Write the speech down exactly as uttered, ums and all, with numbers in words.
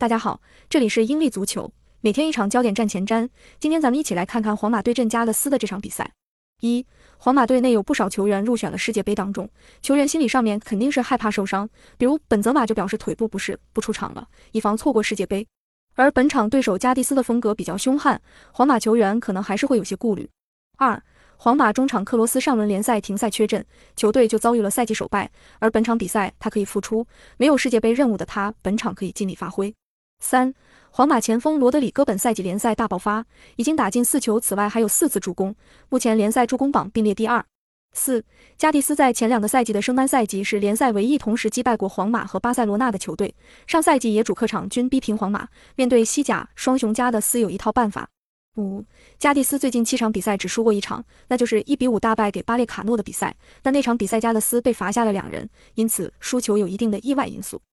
大家好，这里是英利足球，每天一场焦点战前瞻。今天咱们一起来看看皇马对阵加的斯的这场比赛。一，皇马队内有不少球员入选了世界杯当中，球员心理上面肯定是害怕受伤，比如本泽马就表示腿部不适，不出场了，以防错过世界杯。而本场对手加的斯的风格比较凶悍，皇马球员可能还是会有些顾虑。二，皇马中场克罗斯上轮联赛停赛缺阵，球队就遭遇了赛季首败，而本场比赛他可以复出，没有世界杯任务的他，本场可以尽力发挥。三，皇马前锋罗德里戈本赛季联赛大爆发，已经打进四球，此外还有四次助攻，目前联赛助攻榜并列第二。四，加的斯在前两个赛季的升班赛季是联赛唯一同时击败过皇马和巴塞罗那的球队，上赛季也主客场均逼平皇马，面对西甲双雄加的斯有一套办法。五，加的斯最近七场比赛只输过一场，那就是一比五大败给巴列卡诺的比赛，但那场比赛加的斯被罚下了两人，因此输球有一定的意外因素。